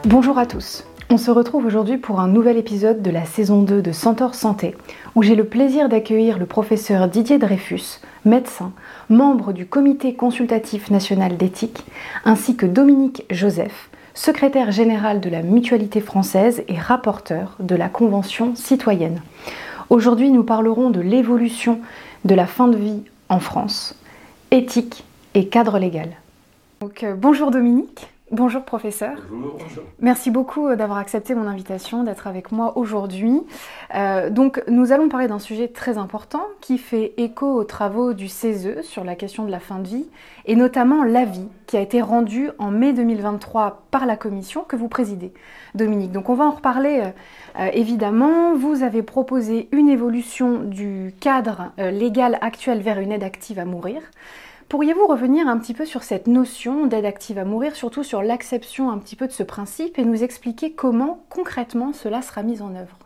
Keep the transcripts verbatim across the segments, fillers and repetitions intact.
Bonjour à tous, on se retrouve aujourd'hui pour un nouvel épisode de la saison deux de Centaure Santé, où j'ai le plaisir d'accueillir le professeur Didier Dreyfus, médecin, membre du Comité consultatif national d'éthique, ainsi que Dominique Joseph, secrétaire général de la Mutualité française et rapporteur de la Convention citoyenne. Aujourd'hui, nous parlerons de l'évolution de la fin de vie en France, éthique et cadre légal. Donc, euh, bonjour Dominique. Bonjour professeur. Bonjour, bonjour. Merci beaucoup d'avoir accepté mon invitation, d'être avec moi aujourd'hui. Euh, donc nous allons parler d'un sujet très important qui fait écho aux travaux du C E S E sur la question de la fin de vie et notamment l'avis qui a été rendu en mai deux mille vingt-trois par la commission que vous présidez, Dominique. Donc on va en reparler euh, évidemment. Vous avez proposé une évolution du cadre euh, légal actuel vers une aide active à mourir. Pourriez-vous revenir un petit peu sur cette notion d'aide active à mourir, surtout sur l'acception un petit peu de ce principe et nous expliquer comment concrètement cela sera mis en œuvre?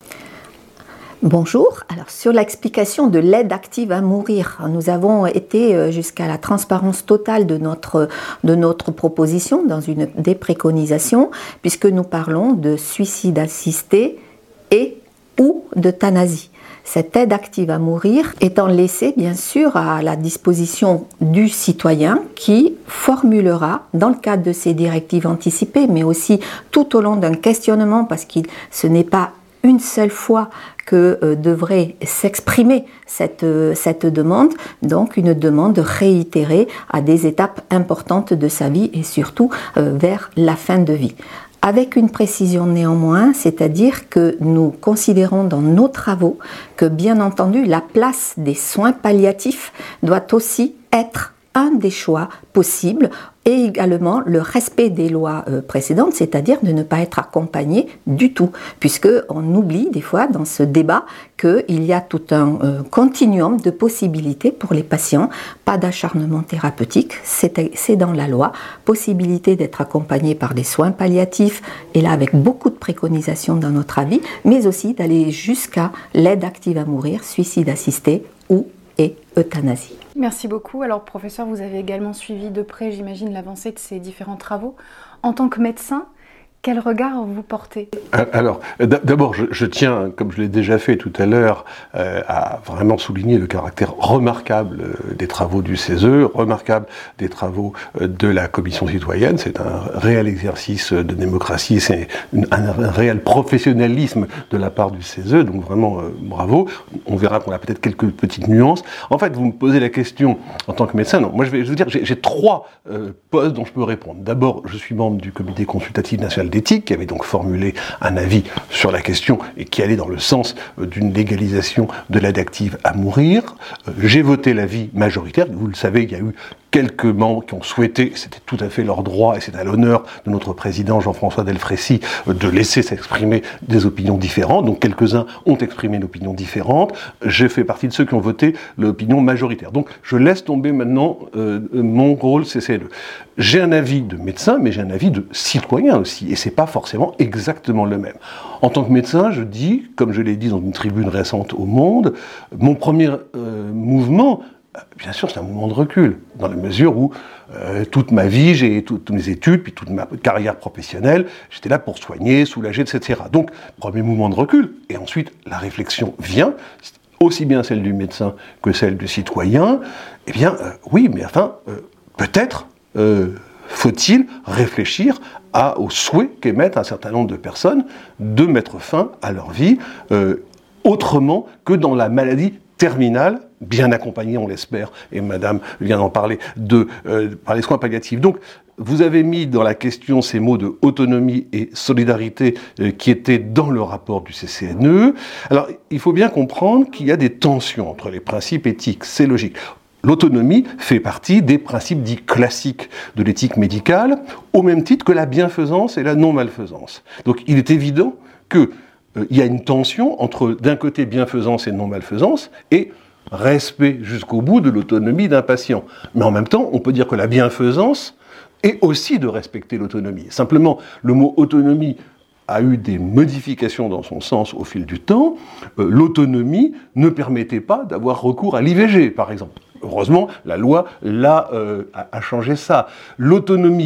Bonjour, alors sur l'explication de l'aide active à mourir, nous avons été jusqu'à la transparence totale de notre, de notre proposition dans une des préconisations, puisque nous parlons de suicide assisté et ou d'euthanasie. Cette aide active à mourir étant laissée bien sûr à la disposition du citoyen qui formulera dans le cadre de ses directives anticipées, mais aussi tout au long d'un questionnement, parce que ce n'est pas une seule fois que euh, devrait s'exprimer cette, euh, cette demande, donc une demande réitérée à des étapes importantes de sa vie et surtout euh, vers la fin de vie. Avec une précision néanmoins, c'est-à-dire que nous considérons dans nos travaux que bien entendu la place des soins palliatifs doit aussi être un des choix possibles et également le respect des lois précédentes, c'est-à-dire de ne pas être accompagné du tout, puisqu'on oublie des fois dans ce débat qu'il y a tout un euh, continuum de possibilités pour les patients, pas d'acharnement thérapeutique, c'est, c'est dans la loi, possibilité d'être accompagné par des soins palliatifs, et là avec beaucoup de préconisations dans notre avis, mais aussi d'aller jusqu'à l'aide active à mourir, suicide assisté ou et euthanasie. Merci beaucoup. Alors, professeur, vous avez également suivi de près, j'imagine, l'avancée de ces différents travaux. En tant que médecin, quel regard vous portez? Alors, d'abord, je, je tiens, comme je l'ai déjà fait tout à l'heure, euh, à vraiment souligner le caractère remarquable des travaux du C E S E, remarquable des travaux de la Commission citoyenne. C'est un réel exercice de démocratie, c'est un, un réel professionnalisme de la part du C E S E, donc vraiment euh, bravo. On verra qu'on a peut-être quelques petites nuances. En fait, vous me posez la question en tant que médecin. Non, moi je vais, je veux dire, j'ai, j'ai trois euh, postes dont je peux répondre. D'abord, je suis membre du Comité consultatif national d'éthique, qui avait donc formulé un avis sur la question et qui allait dans le sens d'une légalisation de l'aide active à mourir. J'ai voté l'avis majoritaire. Vous le savez, il y a eu quelques membres qui ont souhaité, c'était tout à fait leur droit et c'est à l'honneur de notre président Jean-François Delfrécy de laisser s'exprimer des opinions différentes. Donc quelques-uns ont exprimé une opinion différente. J'ai fait partie de ceux qui ont voté l'opinion majoritaire. Donc je laisse tomber maintenant euh, mon rôle C C L E. J'ai un avis de médecin, mais j'ai un avis de citoyen aussi, et c'est pas forcément exactement le même. En tant que médecin, je dis, comme je l'ai dit dans une tribune récente au Monde, mon premier euh, mouvement, bien sûr, c'est un mouvement de recul, dans la mesure où euh, toute ma vie, j'ai tout, toutes mes études, puis toute ma carrière professionnelle, j'étais là pour soigner, soulager, et cetera. Donc, premier mouvement de recul, et ensuite la réflexion vient, aussi bien celle du médecin que celle du citoyen. Eh bien, euh, oui, mais enfin, euh, peut-être euh, faut-il réfléchir à, au souhait qu'émettent un certain nombre de personnes de mettre fin à leur vie euh, autrement que dans la maladie terminale, bien accompagnée, on l'espère, et madame vient d'en parler, de, euh, par les soins palliatifs. Donc, vous avez mis dans la question ces mots de autonomie et solidarité euh, qui étaient dans le rapport du C C N E. Alors, il faut bien comprendre qu'il y a des tensions entre les principes éthiques, c'est logique. L'autonomie fait partie des principes dits classiques de l'éthique médicale, au même titre que la bienfaisance et la non-malfaisance. Donc, il est évident que Euh, il y a une tension entre, d'un côté, bienfaisance et non-malfaisance, et respect jusqu'au bout de l'autonomie d'un patient. Mais en même temps, on peut dire que la bienfaisance est aussi de respecter l'autonomie. Simplement, le mot autonomie a eu des modifications dans son sens au fil du temps. Euh, l'autonomie ne permettait pas d'avoir recours à l'I V G, par exemple. Heureusement, la loi là, euh, a, a changé ça. L'autonomie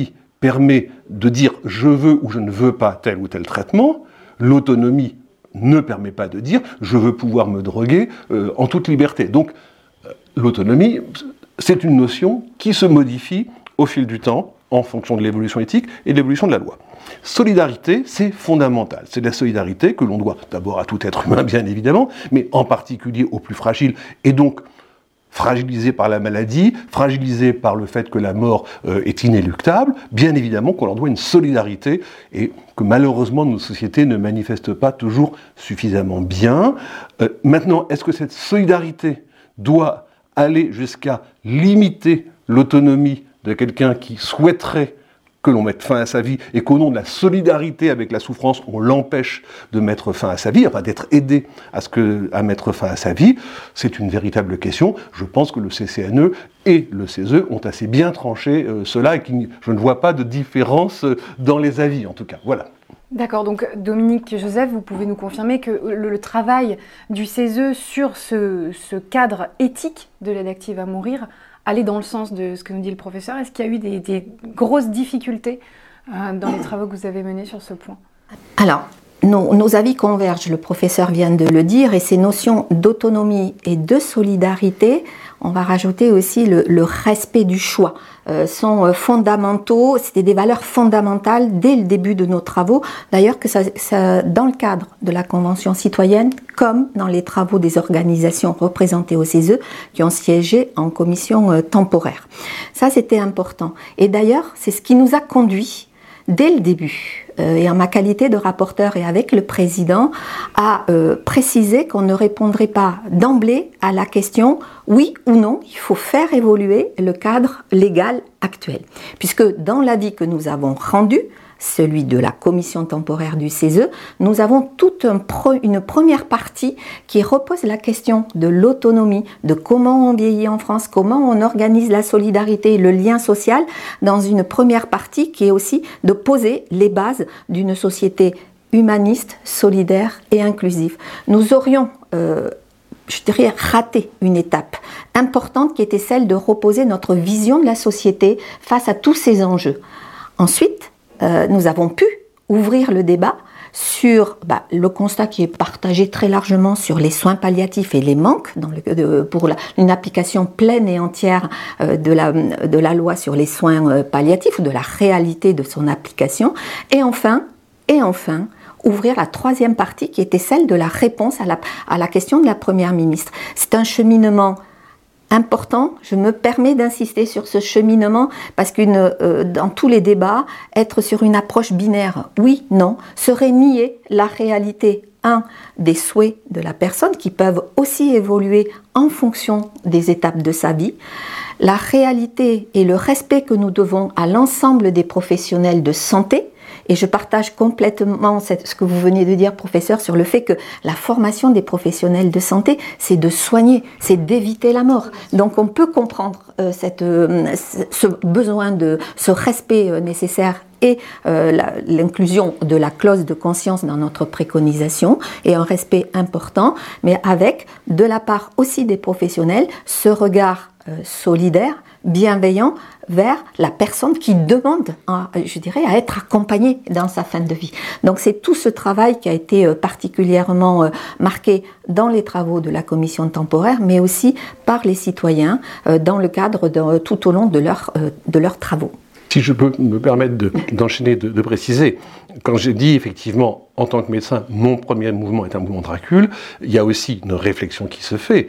permet de dire « je veux » ou « je ne veux pas tel ou tel traitement ». L'autonomie ne permet pas de dire « je veux pouvoir me droguer euh, en toute liberté ». Donc euh, l'autonomie, c'est une notion qui se modifie au fil du temps en fonction de l'évolution éthique et de l'évolution de la loi. Solidarité, c'est fondamental. C'est de la solidarité que l'on doit d'abord à tout être humain, bien évidemment, mais en particulier aux plus fragiles, et donc fragilisés par la maladie, fragilisés par le fait que la mort euh, est inéluctable, bien évidemment qu'on leur doit une solidarité, et que malheureusement nos sociétés ne manifestent pas toujours suffisamment bien. Euh, maintenant, est-ce que cette solidarité doit aller jusqu'à limiter l'autonomie de quelqu'un qui souhaiterait que l'on mette fin à sa vie et qu'au nom de la solidarité avec la souffrance, on l'empêche de mettre fin à sa vie, enfin d'être aidé à, ce que, à mettre fin à sa vie, c'est une véritable question. Je pense que le C C N E et le C E S E ont assez bien tranché euh, cela et que je ne vois pas de différence dans les avis, en tout cas. Voilà. D'accord, donc Dominique Joseph, vous pouvez nous confirmer que le, le travail du C E S E sur ce, ce cadre éthique de l'aide active à mourir aller dans le sens de ce que nous dit le professeur. Est-ce qu'il y a eu des, des grosses difficultés euh, dans les travaux que vous avez menés sur ce point? Alors, nos, nos avis convergent, le professeur vient de le dire, et ces notions d'autonomie et de solidarité, on va rajouter aussi le, le respect du choix, euh, sont fondamentaux, c'était des valeurs fondamentales dès le début de nos travaux, d'ailleurs que ça, ça, dans le cadre de la Convention citoyenne, comme dans les travaux des organisations représentées au C E S E, qui ont siégé en commission euh, temporaire. Ça, c'était important. Et d'ailleurs, c'est ce qui nous a conduit, dès le début, euh, et en ma qualité de rapporteur et avec le président, à euh, préciser qu'on ne répondrait pas d'emblée à la question oui ou non, il faut faire évoluer le cadre légal actuel. Puisque dans l'avis que nous avons rendu, celui de la commission temporaire du C E S E, nous avons toute un pro, une première partie qui repose la question de l'autonomie, de comment on vieillit en France, comment on organise la solidarité et le lien social, dans une première partie qui est aussi de poser les bases d'une société humaniste, solidaire et inclusive. Nous aurions euh, je dirais, raté une étape importante qui était celle de reposer notre vision de la société face à tous ces enjeux. Ensuite, Euh, nous avons pu ouvrir le débat sur bah, le constat qui est partagé très largement sur les soins palliatifs et les manques dans le, de, pour la, une application pleine et entière euh, de, la, de la loi sur les soins euh, palliatifs ou de la réalité de son application. Et enfin, et enfin, ouvrir la troisième partie qui était celle de la réponse à la, à la question de la Première ministre. C'est un cheminement important, je me permets d'insister sur ce cheminement parce que euh, dans tous les débats, être sur une approche binaire, oui, non, serait nier la réalité, un, des souhaits de la personne qui peuvent aussi évoluer en fonction des étapes de sa vie, la réalité et le respect que nous devons à l'ensemble des professionnels de santé. Et je partage complètement ce que vous venez de dire, professeur, sur le fait que la formation des professionnels de santé, c'est de soigner, c'est d'éviter la mort. Donc on peut comprendre euh, cette, euh, ce besoin de ce respect euh, nécessaire et euh, la, l'inclusion de la clause de conscience dans notre préconisation et un respect important, mais avec, de la part aussi des professionnels, ce regard euh, solidaire, bienveillant vers la personne qui demande, à, je dirais, à être accompagnée dans sa fin de vie. Donc c'est tout ce travail qui a été particulièrement marqué dans les travaux de la commission temporaire, mais aussi par les citoyens dans le cadre de, tout au long de, leur, de leurs travaux. Si je peux me permettre de, d'enchaîner, de, de préciser, quand j'ai dit effectivement, en tant que médecin, mon premier mouvement est un mouvement Dracul, il y a aussi une réflexion qui se fait.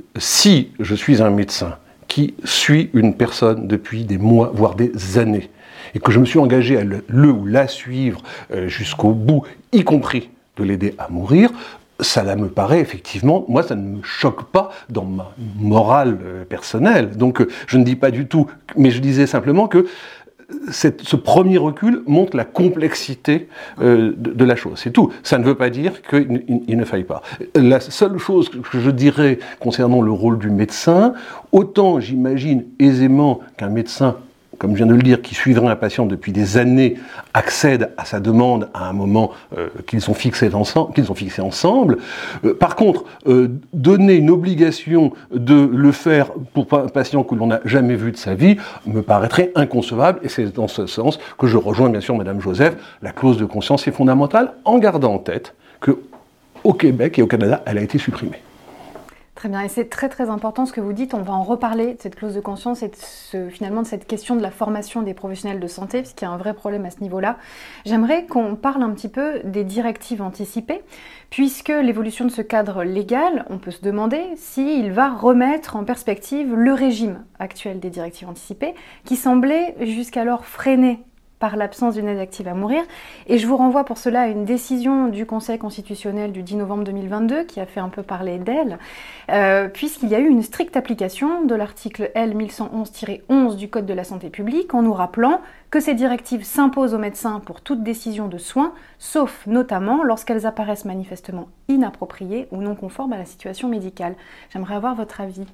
Si je suis un médecin qui suit une personne depuis des mois, voire des années, et que je me suis engagé à le, le ou la suivre euh, jusqu'au bout, y compris de l'aider à mourir, ça là, me paraît effectivement, moi ça ne me choque pas dans ma morale euh, personnelle. Donc euh, je ne dis pas du tout, mais je disais simplement que Cette, ce premier recul montre la complexité euh, de, de la chose, c'est tout. Ça ne veut pas dire qu'il il, il ne faille pas. La seule chose que je dirais concernant le rôle du médecin, autant j'imagine aisément qu'un médecin comme je viens de le dire, qui suivrait un patient depuis des années, accède à sa demande à un moment euh, qu'ils ont fixé ensemble, qu'ils ont fixé ensemble. Euh, par contre, euh, donner une obligation de le faire pour un patient que l'on n'a jamais vu de sa vie me paraîtrait inconcevable, et c'est dans ce sens que je rejoins bien sûr Madame Joseph. La clause de conscience est fondamentale, en gardant en tête que au Québec et au Canada, elle a été supprimée. Très bien, et c'est très très important ce que vous dites, on va en reparler de cette clause de conscience et de ce, finalement de cette question de la formation des professionnels de santé, puisqu'il y a un vrai problème à ce niveau-là. J'aimerais qu'on parle un petit peu des directives anticipées, puisque l'évolution de ce cadre légal, on peut se demander s'il va remettre en perspective le régime actuel des directives anticipées, qui semblait jusqu'alors freiner par l'absence d'une aide active à mourir. Et je vous renvoie pour cela à une décision du Conseil constitutionnel du dix novembre deux mille vingt-deux qui a fait un peu parler d'elle, euh, puisqu'il y a eu une stricte application de l'article L mille cent onze tiret onze du Code de la santé publique en nous rappelant que ces directives s'imposent aux médecins pour toute décision de soins, sauf notamment lorsqu'elles apparaissent manifestement inappropriées ou non conformes à la situation médicale. J'aimerais avoir votre avis.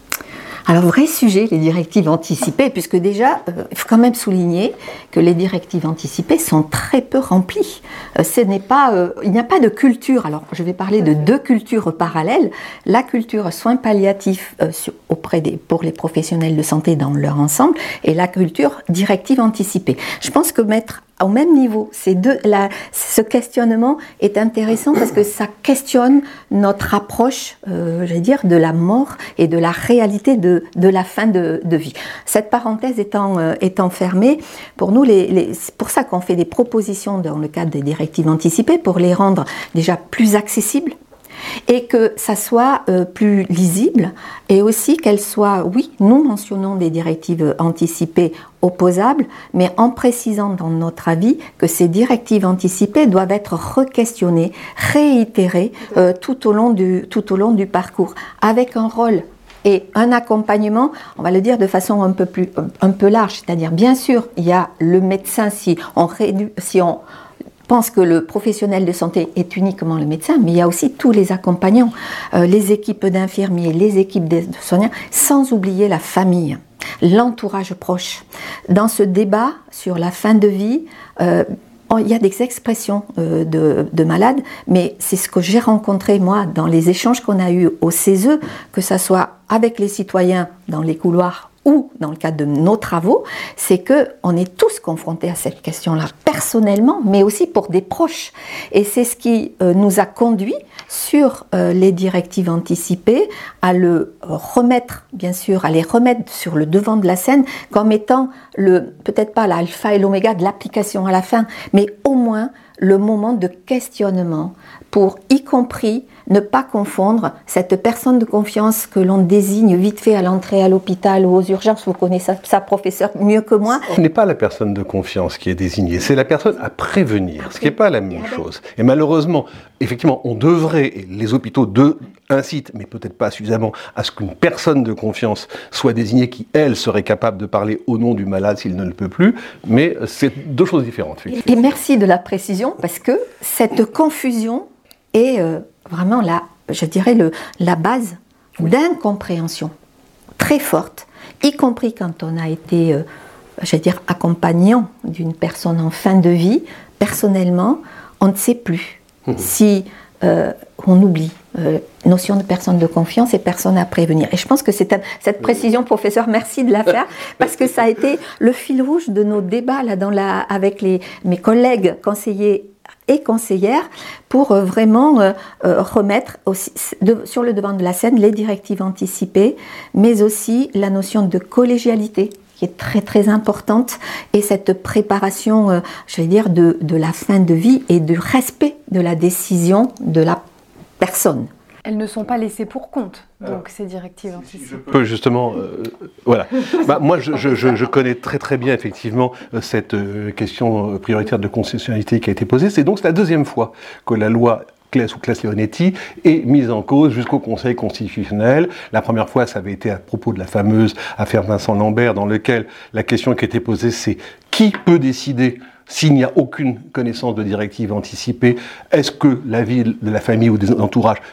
Alors, vrai sujet, les directives anticipées, puisque déjà, euh, il faut quand même souligner que les directives anticipées sont très peu remplies. Euh, ce n'est pas, euh, il n'y a pas de culture. Alors, je vais parler de deux cultures parallèles. La culture soins palliatifs euh, sur, auprès des, pour les professionnels de santé dans leur ensemble, et la culture directive anticipée. Je pense que mettre au même niveau, ces deux, la, ce questionnement est intéressant parce que ça questionne notre approche, euh, je vais dire, de la mort et de la réalité de, de la fin de, de vie. Cette parenthèse étant, euh, étant fermée, pour nous, les, les, c'est pour ça qu'on fait des propositions dans le cadre des directives anticipées pour les rendre déjà plus accessibles, et que ça soit euh, plus lisible, et aussi qu'elles soient, oui, nous mentionnons des directives anticipées opposables, mais en précisant dans notre avis que ces directives anticipées doivent être re-questionnées, réitérées euh, tout au long du, tout au long du parcours, avec un rôle et un accompagnement, on va le dire de façon un peu plus, un peu large, c'est-à-dire bien sûr, il y a le médecin, si on réduit, si on pense que le professionnel de santé est uniquement le médecin, mais il y a aussi tous les accompagnants, euh, les équipes d'infirmiers, les équipes de soignants, sans oublier la famille, l'entourage proche. Dans ce débat sur la fin de vie, euh, il y a des expressions euh, de, de malades, mais c'est ce que j'ai rencontré moi dans les échanges qu'on a eus au C E S E, que ça soit avec les citoyens dans les couloirs ou dans le cadre de nos travaux, c'est qu'on est tous confrontés à cette question-là, personnellement, mais aussi pour des proches. Et c'est ce qui euh, nous a conduit sur euh, les directives anticipées à le remettre, bien sûr, à les remettre sur le devant de la scène comme étant le, peut-être pas l'alpha et l'oméga de l'application à la fin, mais au moins le moment de questionnement pour, y compris, ne pas confondre cette personne de confiance que l'on désigne vite fait à l'entrée à l'hôpital ou aux urgences. Vous connaissez ça, ça, professeur, mieux que moi. Ce n'est pas la personne de confiance qui est désignée, c'est la personne à prévenir, ce qui n'est pas la même chose. Et malheureusement, effectivement, on devrait, et les hôpitaux de, incitent, mais peut-être pas suffisamment, à ce qu'une personne de confiance soit désignée qui, elle, serait capable de parler au nom du malade s'il ne le peut plus, mais c'est deux choses différentes. Et merci de la précision, parce que cette confusion est euh, vraiment la, je dirais, le, la base oui. d'incompréhension très forte, y compris quand on a été, euh, je veux dire, accompagnant d'une personne en fin de vie. Personnellement, on ne sait plus mmh. si euh, on oublie euh, notion de personne de confiance et personne à prévenir. Et je pense que c'est un, cette précision, professeur, merci de la faire, parce que ça a été le fil rouge de nos débats là, dans la, avec les, mes collègues conseillers et conseillères pour euh, vraiment euh, euh, remettre aussi, de, sur le devant de la scène les directives anticipées, mais aussi la notion de collégialité qui est très très importante, et cette préparation, euh, je vais dire, de, de la fin de vie et du respect de la décision de la personne. Elles ne sont pas laissées pour compte, donc, alors, ces directives anticipées. Si je peux justement, euh, voilà. Bah, moi, je, je, je connais très très bien effectivement cette euh, question prioritaire de constitutionnalité qui a été posée. C'est donc c'est la deuxième fois que la loi Claes ou Claes-Leonetti est mise en cause jusqu'au Conseil constitutionnel. La première fois, ça avait été à propos de la fameuse affaire Vincent Lambert, dans laquelle la question qui était posée, c'est qui peut décider s'il n'y a aucune connaissance de directive anticipée? Est-ce que l'avis de la famille ou des entourages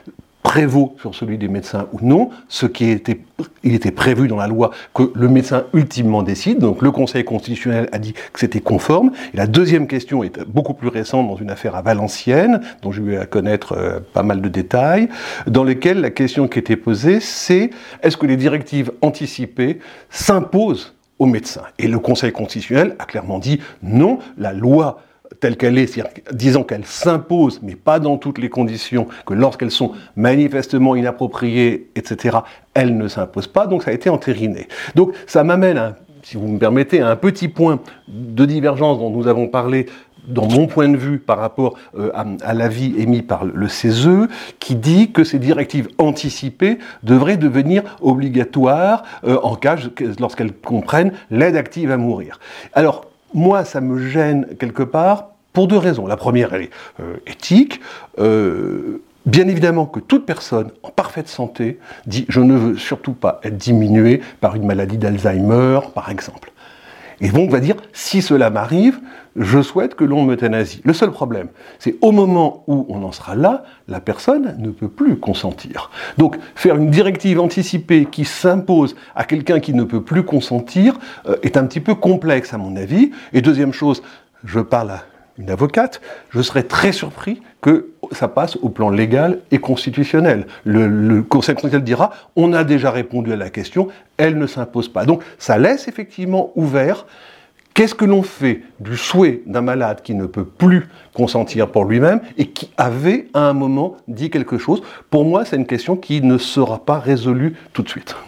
prévaut sur celui des médecins ou non. Ce qui était, il était prévu dans la loi que le médecin ultimement décide. Donc le Conseil constitutionnel a dit que c'était conforme. Et la deuxième question est beaucoup plus récente dans une affaire à Valenciennes, dont j'ai eu à connaître euh, pas mal de détails, dans lesquels la question qui était posée, c'est est-ce que les directives anticipées s'imposent aux médecins? Et le Conseil constitutionnel a clairement dit non, la loi telle qu'elle est, c'est-à-dire disant qu'elle s'impose, mais pas dans toutes les conditions, que lorsqu'elles sont manifestement inappropriées, et cetera, elle ne s'impose pas, donc ça a été entériné. Donc ça m'amène, à, si vous me permettez, à un petit point de divergence dont nous avons parlé dans mon point de vue par rapport euh, à, à l'avis émis par le C E S E, qui dit que ces directives anticipées devraient devenir obligatoires euh, en cas, lorsqu'elles comprennent l'aide active à mourir. Alors, moi, ça me gêne quelque part pour deux raisons. La première, elle est euh, éthique. Euh, bien évidemment que toute personne en parfaite santé dit « je ne veux surtout pas être diminué par une maladie d'Alzheimer, par exemple ». Et donc, on va dire « si cela m'arrive, je souhaite que l'on m'euthanasie ». Le seul problème, c'est au moment où on en sera là, la personne ne peut plus consentir. Donc, faire une directive anticipée qui s'impose à quelqu'un qui ne peut plus consentir euh, est un petit peu complexe, à mon avis. Et deuxième chose, je parle à une avocate, je serais très surpris que ça passe au plan légal et constitutionnel. Le, le Conseil constitutionnel dira « on a déjà répondu à la question, elle ne s'impose pas ». Donc ça laisse effectivement ouvert qu'est-ce que l'on fait du souhait d'un malade qui ne peut plus consentir pour lui-même et qui avait à un moment dit quelque chose. Pour moi, c'est une question qui ne sera pas résolue tout de suite.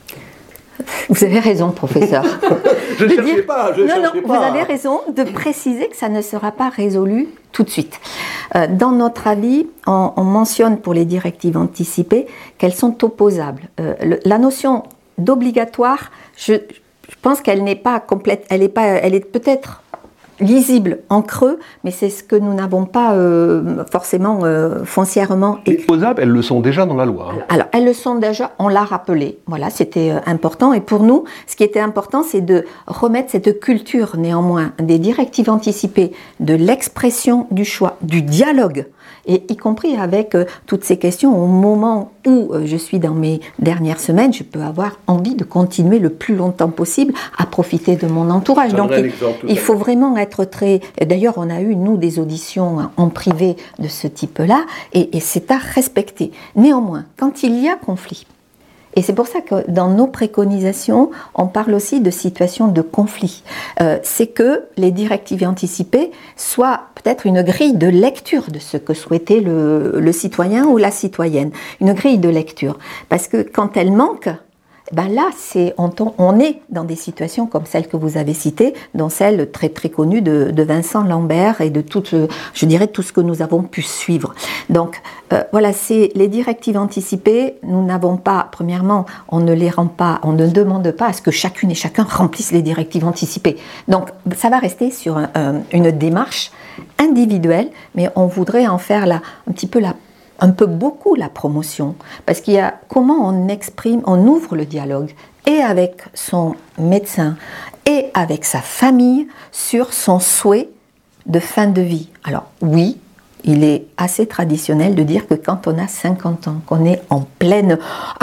Vous avez raison, professeur. je ne cherchais dire... pas, je non, cherchais non, pas. Vous avez raison de préciser que ça ne sera pas résolu tout de suite. Euh, dans notre avis, on, on mentionne pour les directives anticipées qu'elles sont opposables. Euh, le, la notion d'obligatoire, je, je pense qu'elle n'est pas complète, elle est, pas, elle est peut-être lisible en creux, mais c'est ce que nous n'avons pas euh, forcément euh, foncièrement écrit. Opposables, elles le sont déjà dans la loi. Hein. Alors, elles le sont déjà, on l'a rappelé, voilà, c'était euh, important. Et pour nous, ce qui était important, c'est de remettre cette culture, néanmoins, des directives anticipées, de l'expression du choix, du dialogue, et y compris avec euh, toutes ces questions, au moment où euh, je suis dans mes dernières semaines, je peux avoir envie de continuer le plus longtemps possible à profiter de mon entourage. Donc, il, il faut vraiment être très... D'ailleurs, on a eu, nous, des auditions hein, en privé de ce type-là, et, et c'est à respecter. Néanmoins, quand il y a conflit, et c'est pour ça que dans nos préconisations, on parle aussi de situations de conflit. Euh, c'est que les directives anticipées soient peut-être une grille de lecture de ce que souhaitait le, le citoyen ou la citoyenne. Une grille de lecture. Parce que quand elle manque, ben là, c'est, on, on est dans des situations comme celle que vous avez citée, dont celle très très connue de, de Vincent Lambert et de tout, je dirais, tout ce que nous avons pu suivre. Donc euh, voilà, c'est les directives anticipées. Nous n'avons pas, premièrement, on ne les rend pas, on ne demande pas à ce que chacune et chacun remplisse les directives anticipées. Donc ça va rester sur un, un, une démarche individuelle, mais on voudrait en faire la, un petit peu la un peu beaucoup la promotion, parce qu'il y a comment on exprime, on ouvre le dialogue, et avec son médecin, et avec sa famille, sur son souhait de fin de vie. Alors oui, il est assez traditionnel de dire que quand on a cinquante ans, qu'on est en pleine,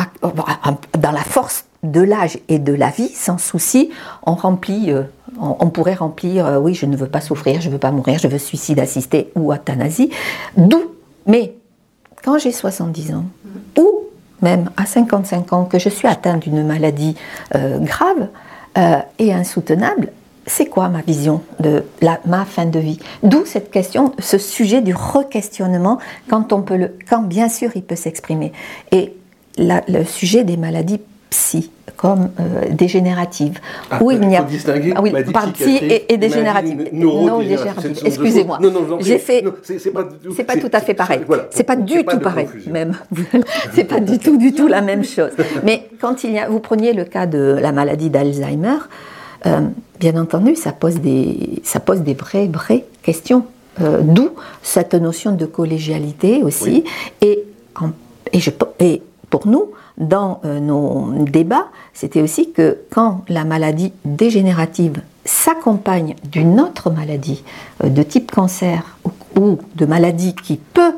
dans la force de l'âge et de la vie, sans souci, on remplit... Euh, on pourrait remplir, euh, oui, je ne veux pas souffrir, je ne veux pas mourir, je veux suicide assisté ou euthanasie, d'où, mais quand j'ai soixante-dix ans, ou même à cinquante-cinq ans, que je suis atteinte d'une maladie euh, grave euh, et insoutenable, c'est quoi ma vision de la, ma fin de vie? D'où cette question, ce sujet du re-questionnement, quand on peut le, quand bien sûr il peut s'exprimer. Et la, le sujet des maladies psy, comme euh, dégénératives, ah, où il n'y a distinguer ah, oui, par psy et, et dégénératives. Non, dégénératives. Excusez-moi. J'ai fait. C'est pas, c'est pas tout à fait pareil. Voilà, c'est pas du tout pareil, même. C'est pas du tout, du tout la même chose. Mais quand il y a, vous preniez le cas de la maladie d'Alzheimer, euh, bien entendu, ça pose des, ça pose des vraies, vraies questions. Euh, d'où cette notion de collégialité aussi. Oui. Et, en, et, je, et pour nous, dans euh, nos débats, c'était aussi que quand la maladie dégénérative s'accompagne d'une autre maladie euh, de type cancer ou, ou de maladie qui peut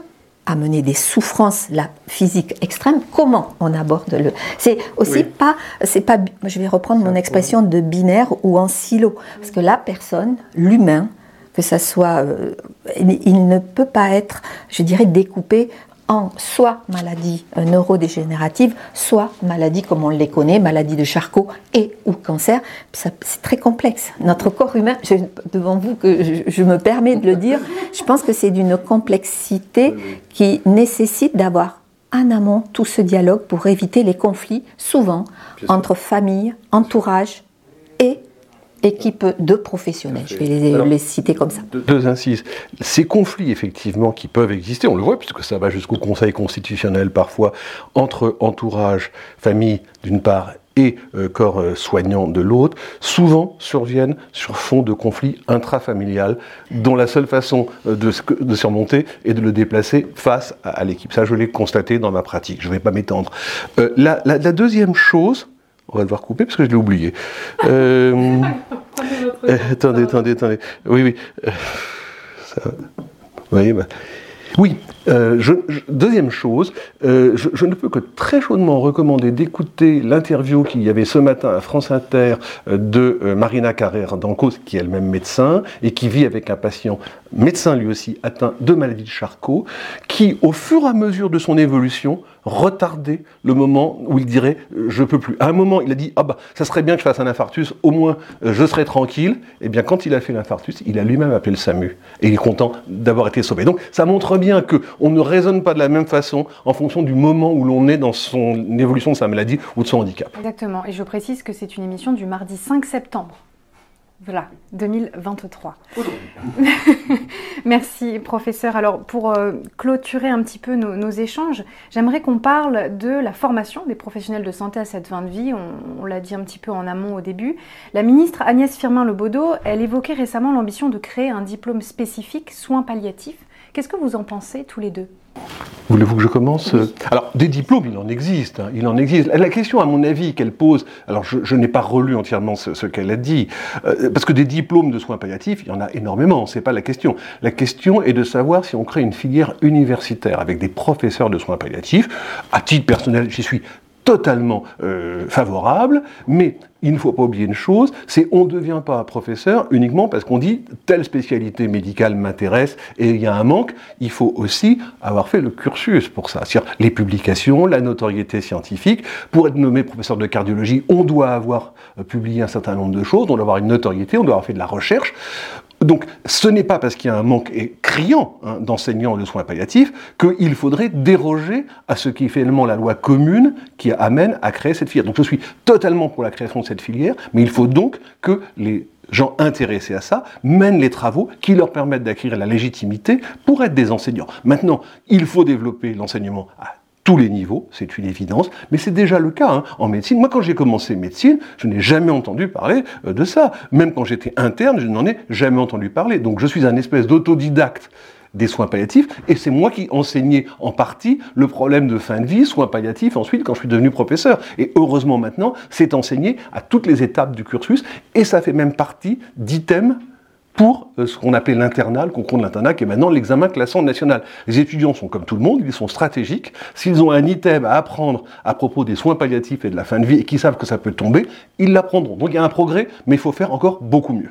amener des souffrances là, physiques extrêmes, comment on aborde le... C'est aussi oui. pas, c'est pas, je vais reprendre mon expression de binaire ou en silo, parce que la personne, l'humain, que ça soit, euh, il ne peut pas être, je dirais, découpé en soit maladie neurodégénérative, soit maladie comme on les connaît, maladie de Charcot et ou cancer. Ça, c'est très complexe. Notre corps humain, je, devant vous que je, je me permets de le dire, je pense que c'est d'une complexité qui nécessite d'avoir en amont tout ce dialogue pour éviter les conflits, souvent entre famille, entourage et équipe de professionnels, je vais les, Alors, les citer comme ça. Deux, deux incises. Ces conflits, effectivement, qui peuvent exister, on le voit, puisque ça va jusqu'au Conseil constitutionnel parfois, entre entourage, famille d'une part, et euh, corps euh, soignant de l'autre, souvent surviennent sur fond de conflits intrafamiliales, dont la seule façon euh, de, de surmonter est de le déplacer face à, à l'équipe. Ça, je l'ai constaté dans ma pratique, je ne vais pas m'étendre. Euh, la, la, la deuxième chose, on va devoir couper parce que je l'ai oublié. Euh, euh, attendez, attendez, attendez. Oui, oui. Euh, ça, oui, bah. Oui, euh, je, je, deuxième chose, euh, je, je ne peux que très chaudement recommander d'écouter l'interview qu'il y avait ce matin à France Inter euh, de euh, Marina Carrère-Dancos, qui est elle-même médecin et qui vit avec un patient, médecin lui aussi, atteint de maladie de Charcot, qui, au fur et à mesure de son évolution, retardait le moment où il dirait euh, « je peux plus ». À un moment, il a dit « ah bah, ça serait bien que je fasse un infarctus, au moins euh, je serai tranquille ». Et bien, quand il a fait l'infarctus, il a lui-même appelé le SAMU. Et il est content d'avoir été sauvé. Donc, ça montre bien qu'on ne raisonne pas de la même façon en fonction du moment où l'on est dans son évolution de sa maladie ou de son handicap. Exactement. Et je précise que c'est une émission du mardi cinq septembre. Voilà, deux mille vingt-trois. Merci, professeur. Alors, pour euh, clôturer un petit peu nos, nos échanges, j'aimerais qu'on parle de la formation des professionnels de santé à cette fin de vie. On, on l'a dit un petit peu en amont au début. La ministre Agnès Firmin-Le Bodo, elle évoquait récemment l'ambition de créer un diplôme spécifique soins palliatifs. Qu'est-ce que vous en pensez tous les deux ? Voulez-vous que je commence ? Oui. Alors, des diplômes, il en existe. Hein, il en existe. La question, à mon avis, qu'elle pose, alors je, je n'ai pas relu entièrement ce, ce qu'elle a dit, euh, parce que des diplômes de soins palliatifs, il y en a énormément, c'est pas la question. La question est de savoir si on crée une filière universitaire avec des professeurs de soins palliatifs. À titre personnel, j'y suis totalement euh, favorable, mais il ne faut pas oublier une chose, c'est on ne devient pas professeur uniquement parce qu'on dit telle spécialité médicale m'intéresse et il y a un manque. Il faut aussi avoir fait le cursus pour ça, c'est-à-dire les publications, la notoriété scientifique. Pour être nommé professeur de cardiologie, on doit avoir publié un certain nombre de choses, on doit avoir une notoriété, on doit avoir fait de la recherche. Donc, ce n'est pas parce qu'il y a un manque criant hein, d'enseignants de soins palliatifs qu'il faudrait déroger à ce qui est finalement la loi commune qui amène à créer cette filière. Donc, je suis totalement pour la création de cette filière, mais il faut donc que les gens intéressés à ça mènent les travaux qui leur permettent d'acquérir la légitimité pour être des enseignants. Maintenant, il faut développer l'enseignement à tous les niveaux, c'est une évidence, mais c'est déjà le cas hein, en médecine. Moi, quand j'ai commencé médecine, je n'ai jamais entendu parler euh, de ça. Même quand j'étais interne, je n'en ai jamais entendu parler. Donc, je suis un espèce d'autodidacte des soins palliatifs, et c'est moi qui enseignais en partie le problème de fin de vie, soins palliatifs, ensuite, quand je suis devenu professeur. Et heureusement, maintenant, c'est enseigné à toutes les étapes du cursus, et ça fait même partie d'items pour ce qu'on appelait l'internat, le concours de l'internat, qui est maintenant l'examen classant national. Les étudiants sont comme tout le monde, ils sont stratégiques. S'ils ont un item à apprendre à propos des soins palliatifs et de la fin de vie, et qu'ils savent que ça peut tomber, ils l'apprendront. Donc il y a un progrès, mais il faut faire encore beaucoup mieux.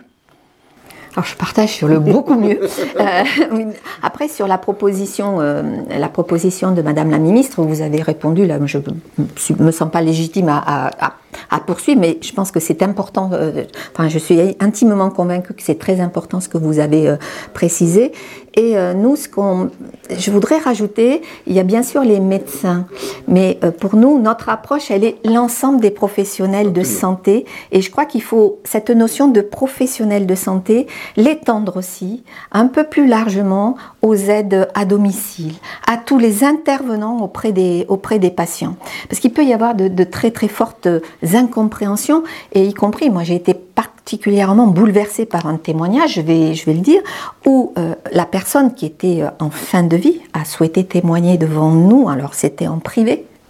Alors je partage sur le beaucoup mieux. Euh, après sur la proposition, euh, la proposition de Madame la Ministre, vous avez répondu là, je me sens pas légitime à, à, à poursuivre, mais je pense que c'est important. Euh, enfin, je suis intimement convaincue que c'est très important ce que vous avez euh, précisé. Et euh, nous, ce qu'on, je voudrais rajouter, il y a bien sûr les médecins, mais euh, pour nous, notre approche, elle est l'ensemble des professionnels de santé. Et je crois qu'il faut cette notion de professionnel de santé l'étendre aussi un peu plus largement aux aides à domicile, à tous les intervenants auprès des, auprès des patients. Parce qu'il peut y avoir de, de très très fortes incompréhensions, et y compris, moi j'ai été particulièrement bouleversée par un témoignage, je vais, je vais le dire, où euh, la personne qui était en fin de vie a souhaité témoigner devant nous, alors c'était en privé,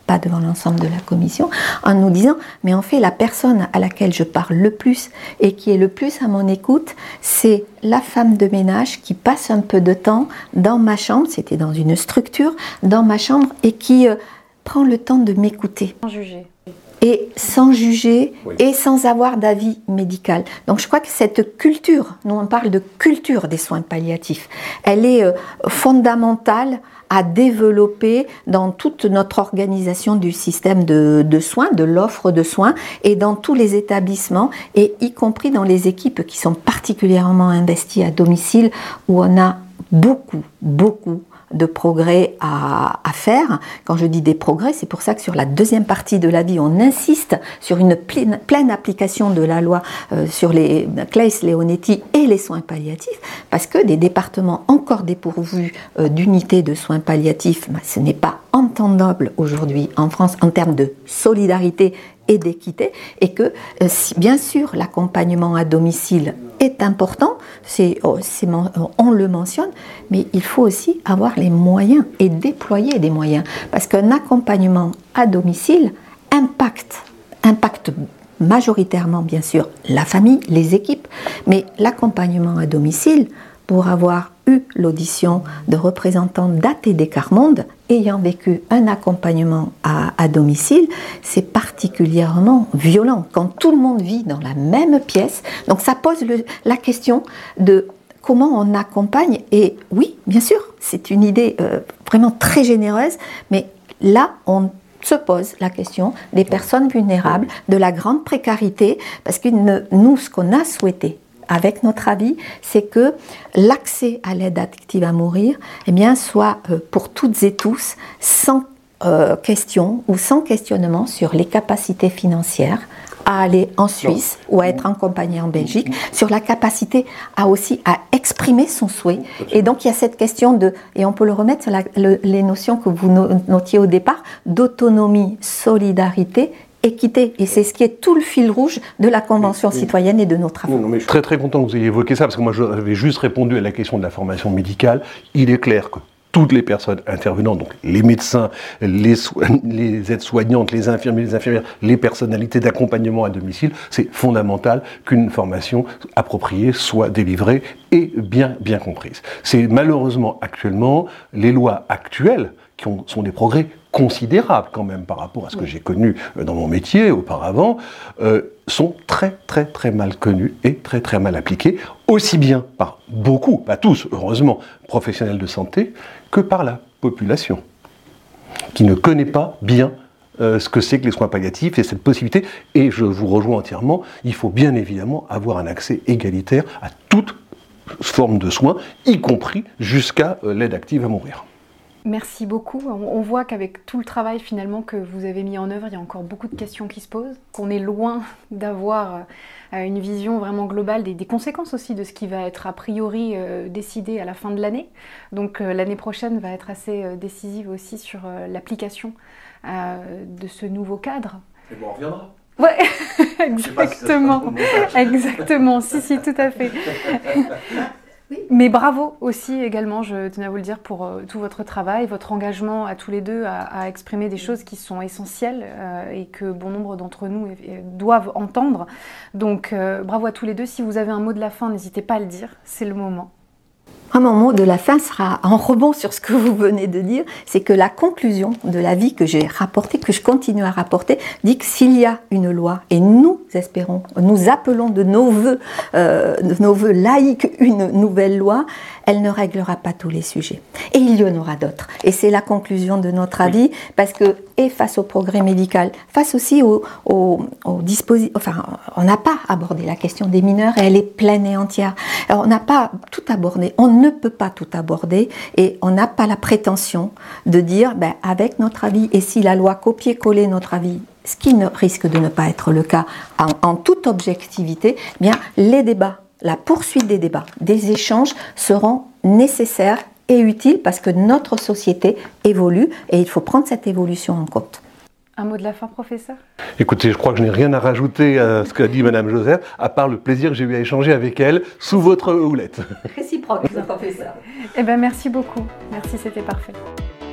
pas devant l'ensemble de la commission, en nous disant, mais en fait, la personne à laquelle je parle le plus et qui est le plus à mon écoute, c'est la femme de ménage qui passe un peu de temps dans ma chambre, c'était dans une structure, dans ma chambre, et qui euh, prend le temps de m'écouter. Sans juger. Et sans juger, oui. et sans avoir d'avis médical. Donc je crois que cette culture, nous on parle de culture des soins palliatifs, elle est euh, fondamentale à développer dans toute notre organisation du système de, de soins, de l'offre de soins, et dans tous les établissements, et y compris dans les équipes qui sont particulièrement investies à domicile, où on a beaucoup, beaucoup de progrès à, à faire. Quand je dis des progrès, c'est pour ça que sur la deuxième partie de la vie, on insiste sur une pleine, pleine application de la loi euh, sur les Claeys-Leonetti et les soins palliatifs, parce que des départements encore dépourvus euh, d'unités de soins palliatifs, bah, ce n'est pas entendable aujourd'hui en France en termes de solidarité et d'équité, et que euh, si, bien sûr l'accompagnement à domicile est important, c'est, oh, c'est, on le mentionne, mais il faut aussi avoir les moyens et déployer des moyens, parce qu'un accompagnement à domicile impacte, impacte majoritairement bien sûr la famille, les équipes, mais l'accompagnement à domicile, pour avoir eu l'audition de représentants d'A T D Quart Monde ayant vécu un accompagnement à, à domicile, c'est particulièrement violent quand tout le monde vit dans la même pièce. Donc ça pose le, la question de comment on accompagne. Et oui, bien sûr, c'est une idée euh, vraiment très généreuse, mais là, on se pose la question des personnes vulnérables, de la grande précarité, parce que nous, ce qu'on a souhaité avec notre avis, c'est que l'accès à l'aide active à mourir eh bien, soit euh, pour toutes et tous sans euh, question ou sans questionnement sur les capacités financières à aller en Suisse non. ou à être accompagné en Belgique, sur la capacité à aussi à exprimer son souhait. Et donc il y a cette question de, et on peut le remettre sur la, le, les notions que vous notiez au départ, d'autonomie, solidarité, équité, et c'est ce qui est tout le fil rouge de la Convention oui, citoyenne et de nos travaux. Non, non, mais je suis très très content que vous ayez évoqué ça, parce que moi j'avais juste répondu à la question de la formation médicale. Il est clair que toutes les personnes intervenantes, donc les médecins, les, so- les aides-soignantes, les infirmiers, les infirmières, les personnalités d'accompagnement à domicile, c'est fondamental qu'une formation appropriée soit délivrée et bien, bien comprise. C'est malheureusement actuellement, les lois actuelles qui ont, sont des progrès considérables quand même par rapport à ce que j'ai connu dans mon métier auparavant, euh, sont très très très mal connus et très très mal appliqués, aussi bien par beaucoup, pas tous heureusement, professionnels de santé, que par la population, qui ne connaît pas bien euh, ce que c'est que les soins palliatifs et cette possibilité, et je vous rejoins entièrement, il faut bien évidemment avoir un accès égalitaire à toute forme de soins, y compris jusqu'à euh, l'aide active à mourir. Merci beaucoup. On voit qu'avec tout le travail finalement que vous avez mis en œuvre, il y a encore beaucoup de questions qui se posent, qu'on est loin d'avoir une vision vraiment globale des, des conséquences aussi de ce qui va être a priori euh, décidé à la fin de l'année. Donc euh, l'année prochaine va être assez euh, décisive aussi sur euh, l'application euh, de ce nouveau cadre. Et bon, on reviendra. Ouais, exactement, si exactement, si, si, tout à fait. Mais bravo aussi également, je tenais à vous le dire, pour euh, tout votre travail, votre engagement à tous les deux à, à exprimer des choses qui sont essentielles euh, et que bon nombre d'entre nous euh, doivent entendre. Donc euh, bravo à tous les deux. Si vous avez un mot de la fin, n'hésitez pas à le dire, c'est le moment. Mon mot de la fin sera en rebond sur ce que vous venez de dire, c'est que la conclusion de l'avis que j'ai rapporté, que je continue à rapporter, dit que s'il y a une loi, et nous espérons, nous appelons de nos vœux, euh, de nos vœux laïques une nouvelle loi, elle ne réglera pas tous les sujets. Et il y en aura d'autres. Et c'est la conclusion de notre avis, parce que, et face au progrès médical, face aussi au, au, au dispositif, enfin, on n'a pas abordé la question des mineurs, et elle est pleine et entière. Alors, on n'a pas tout abordé, on ne peut pas tout aborder, et on n'a pas la prétention de dire, ben, avec notre avis, et si la loi copier-coller notre avis, ce qui ne risque de ne pas être le cas en, en toute objectivité, eh bien, les débats, la poursuite des débats, des échanges seront nécessaires et utiles parce que notre société évolue et il faut prendre cette évolution en compte. Un mot de la fin, professeur ? Écoutez, je crois que je n'ai rien à rajouter à ce qu'a dit Madame Joseph, à part le plaisir que j'ai eu à échanger avec elle sous votre houlette. Réciproque, professeur. Eh bien, merci beaucoup. Merci, c'était parfait.